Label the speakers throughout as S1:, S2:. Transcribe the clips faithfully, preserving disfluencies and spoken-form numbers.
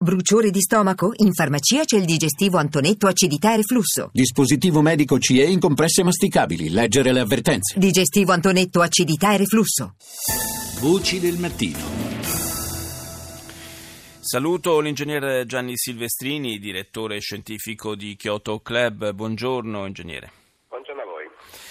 S1: Bruciore di stomaco? In farmacia c'è il digestivo Antonetto acidità e reflusso.
S2: Dispositivo medico C E in compresse masticabili. Leggere le avvertenze.
S1: Digestivo Antonetto acidità e reflusso.
S2: Voci del mattino.
S3: Saluto l'ingegnere Gianni Silvestrini, direttore scientifico di Kyoto Club. Buongiorno ingegnere.
S4: Buongiorno a voi.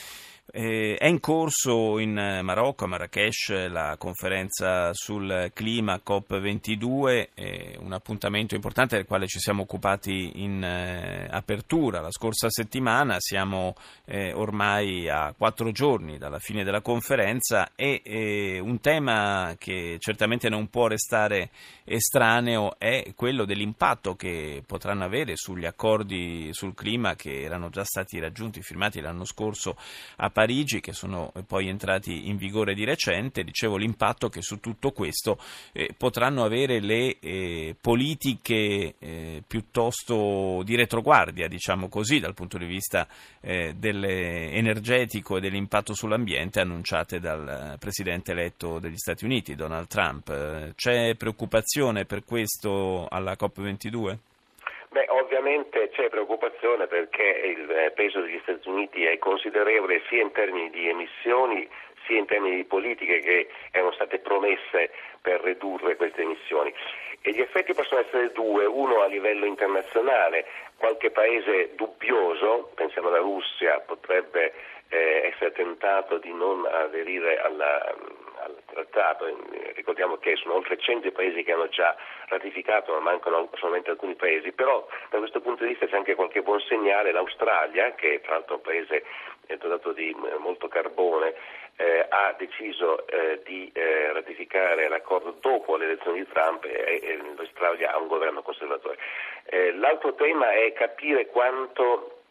S3: Eh, è in corso in Marocco, a Marrakech, la conferenza sul clima COP ventidue, eh, un appuntamento importante del quale ci siamo occupati in eh, apertura la scorsa settimana. Siamo eh, ormai a quattro giorni dalla fine della conferenza e eh, un tema che certamente non può restare estraneo è quello dell'impatto che potranno avere sugli accordi sul clima che erano già stati raggiunti, firmati l'anno scorso a Parigi, che sono poi entrati in vigore di recente. Dicevo, l'impatto che su tutto questo eh, potranno avere le eh, politiche eh, piuttosto di retroguardia, diciamo così, dal punto di vista eh, dell'energetico e dell'impatto sull'ambiente annunciate dal presidente eletto degli Stati Uniti, Donald Trump. Eh, c'è preoccupazione per questo alla COP ventidue?
S4: Beh, ovviamente c'è preoccupazione perché il peso degli Stati Uniti è considerevole sia in termini di emissioni sia in termini di politiche che erano state promesse per ridurre queste emissioni. E gli effetti possono essere due: uno a livello internazionale, qualche paese dubbioso, pensiamo alla Russia, potrebbe eh, essere tentato di non aderire alla, al trattato. Ricordiamo che sono oltre cento i paesi che hanno già ratificato, ma mancano solamente alcuni paesi, però da questo punto di vista c'è anche qualche buon segnale. L'Australia, che tra l'altro è un paese dotato di molto carbone, eh, ha deciso eh, di eh, ratificare l'accordo dopo le elezioni di Trump e, e l'Australia ha un governo conservatore. Eh, l'altro tema è capire quanto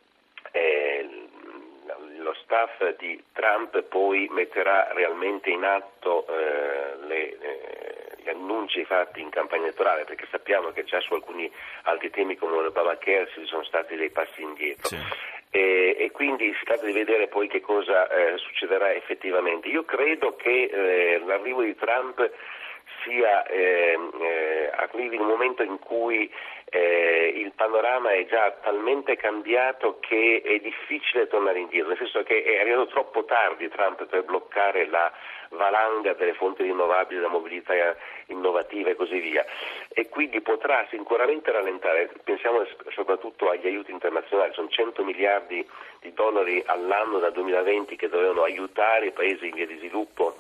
S4: eh, lo staff di Trump poi metterà realmente in atto eh, le, eh, gli annunci fatti in campagna elettorale, perché sappiamo che già su alcuni altri temi come l'Obamacare ci sono stati dei passi indietro. Sì. E, e quindi si tratta di vedere poi che cosa eh, succederà effettivamente. Io credo che eh, l'arrivo di Trump sia eh, eh, arrivi in un momento in cui eh, il panorama è già talmente cambiato che è difficile tornare indietro, nel senso che è arrivato troppo tardi Trump per bloccare la valanga delle fonti rinnovabili, della mobilità innovativa e così via, e quindi potrà sicuramente rallentare. Pensiamo soprattutto agli aiuti internazionali, sono cento miliardi di dollari all'anno dal duemilaventi che dovevano aiutare i paesi in via di sviluppo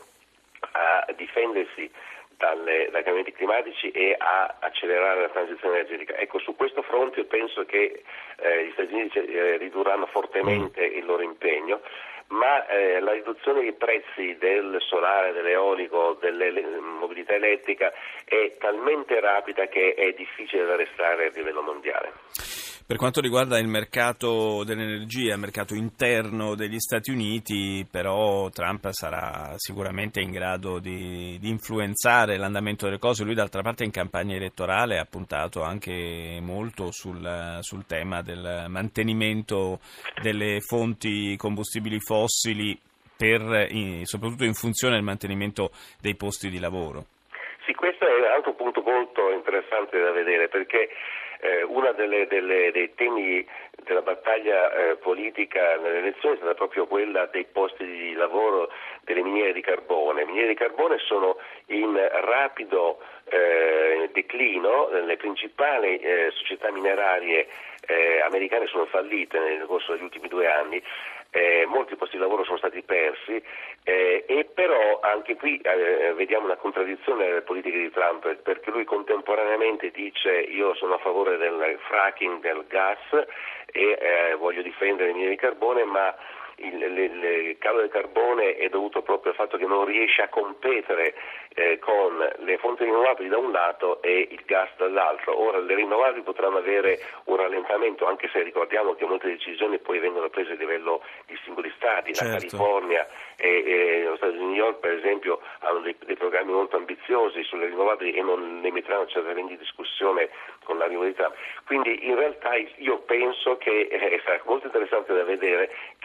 S4: a difendersi Dalle, dai cambiamenti climatici e a accelerare la transizione energetica. Ecco, su questo fronte io penso che eh, gli Stati Uniti eh, ridurranno fortemente il loro impegno, ma eh, la riduzione dei prezzi del solare, dell'eolico, della mobilità elettrica è talmente rapida che è difficile da arrestare a livello mondiale.
S3: Per quanto riguarda il mercato dell'energia, il mercato interno degli Stati Uniti, però Trump sarà sicuramente in grado di, di influenzare l'andamento delle cose. Lui d'altra parte in campagna elettorale ha puntato anche molto sul, sul tema del mantenimento delle fonti combustibili fossili, per, in, soprattutto in funzione del mantenimento dei posti di lavoro.
S4: Sì, questo è un altro punto molto interessante da vedere, perché Eh, una delle, delle, dei temi della battaglia eh, politica nelle elezioni è stata proprio quella dei posti di lavoro delle miniere di carbone. Le miniere di carbone sono in rapido eh, declino, le principali eh, società minerarie eh, americane sono fallite nel corso degli ultimi due anni. Eh, molti posti di lavoro sono stati persi eh, e però anche qui eh, vediamo una contraddizione nelle politiche di Trump, perché lui contemporaneamente dice io sono a favore del fracking del gas e eh, voglio difendere le miniere di carbone, ma il, il, il calo del carbone è dovuto proprio al fatto che non riesce a competere eh, con le fonti rinnovabili da un lato e il gas dall'altro. Ora le rinnovabili potranno avere un rallentamento, anche se ricordiamo che molte decisioni poi vengono prese a livello di singoli stati.
S3: Certo.
S4: La California e, e lo Stato di New York per esempio hanno dei, dei programmi molto ambiziosi sulle rinnovabili e non ne metteranno certamente in discussione con l'arrivo di Trump. Quindi in realtà io penso che eh, sarà molto interessante da vedere che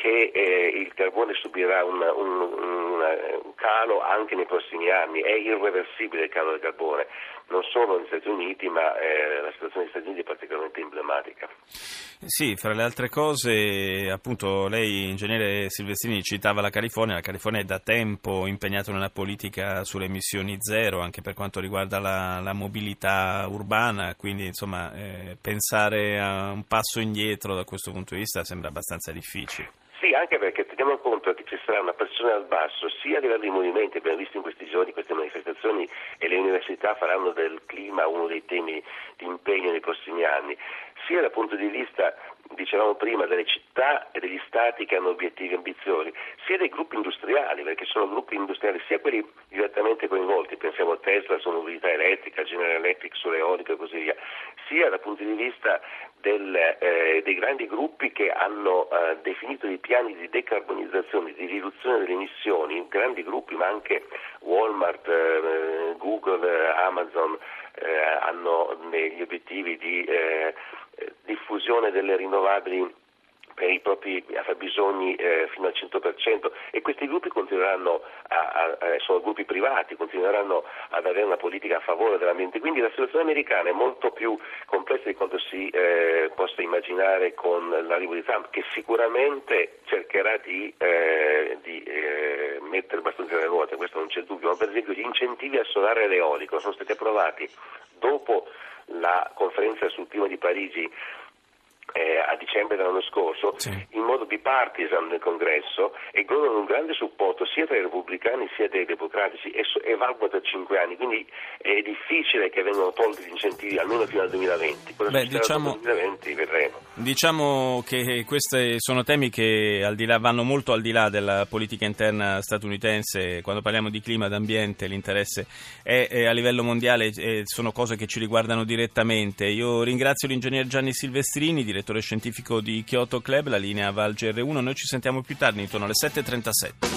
S4: che eh, il carbone subirà un, un, un, un calo anche nei prossimi anni, è irreversibile il calo del carbone, non solo negli Stati Uniti, ma eh, la situazione degli Stati Uniti è particolarmente emblematica.
S3: Sì, fra le altre cose, appunto, lei, ingegnere Silvestrini, citava la California. La California è da tempo impegnata in una politica sulle emissioni zero, anche per quanto riguarda la, la mobilità urbana, quindi insomma eh, pensare a un passo indietro da questo punto di vista sembra abbastanza difficile.
S4: Sì, anche perché teniamo conto che ci sarà una pressione al basso sia a livello di movimenti, abbiamo visto in questi giorni queste manifestazioni e le università faranno del clima uno dei temi di impegno nei prossimi anni, sia dal punto di vista, dicevamo prima, delle città e degli stati che hanno obiettivi ambiziosi, sia dei gruppi industriali, perché sono gruppi industriali sia quelli direttamente coinvolti, pensiamo a Tesla sulla mobilità elettrica, General Electric sulle eoliche e così via, sia dal punto di vista del, eh, dei grandi gruppi che hanno eh, definito dei piani di decarbonizzazione, di riduzione delle emissioni, grandi gruppi, ma anche Walmart, eh, Google, eh, Amazon eh, hanno degli obiettivi di eh, diffusione delle rinnovabili per i propri fabbisogni eh, fino al cento per cento, e questi gruppi continueranno a, a, a, sono gruppi privati, continueranno ad avere una politica a favore dell'ambiente, quindi la situazione americana è molto più complessa di quanto si eh, possa immaginare con l'arrivo di Trump, che sicuramente cercherà di, eh, di eh, mettere abbastanza le ruote, questo non c'è dubbio, ma per esempio gli incentivi al solare eolico sono stati approvati dopo la conferenza sul clima di Parigi Eh, a dicembre dell'anno scorso, sì, in modo bipartisan nel Congresso, e godono un grande supporto sia tra i repubblicani sia dai democratici, e, e valgono per cinque anni, quindi è difficile che vengano tolti gli incentivi almeno fino al duemilaventi. Cosa
S3: Beh, diciamo,
S4: nel duemilaventi vedremo.
S3: Diciamo che questi sono temi che al di là, vanno molto al di là della politica interna statunitense. Quando parliamo di clima ed ambiente l'interesse è, è a livello mondiale, e sono cose che ci riguardano direttamente. Io ringrazio l'ingegner Gianni Silvestrini, direttore scientifico di Kyoto Club. La linea va al G R uno, noi ci sentiamo più tardi intorno alle sette e trentasette.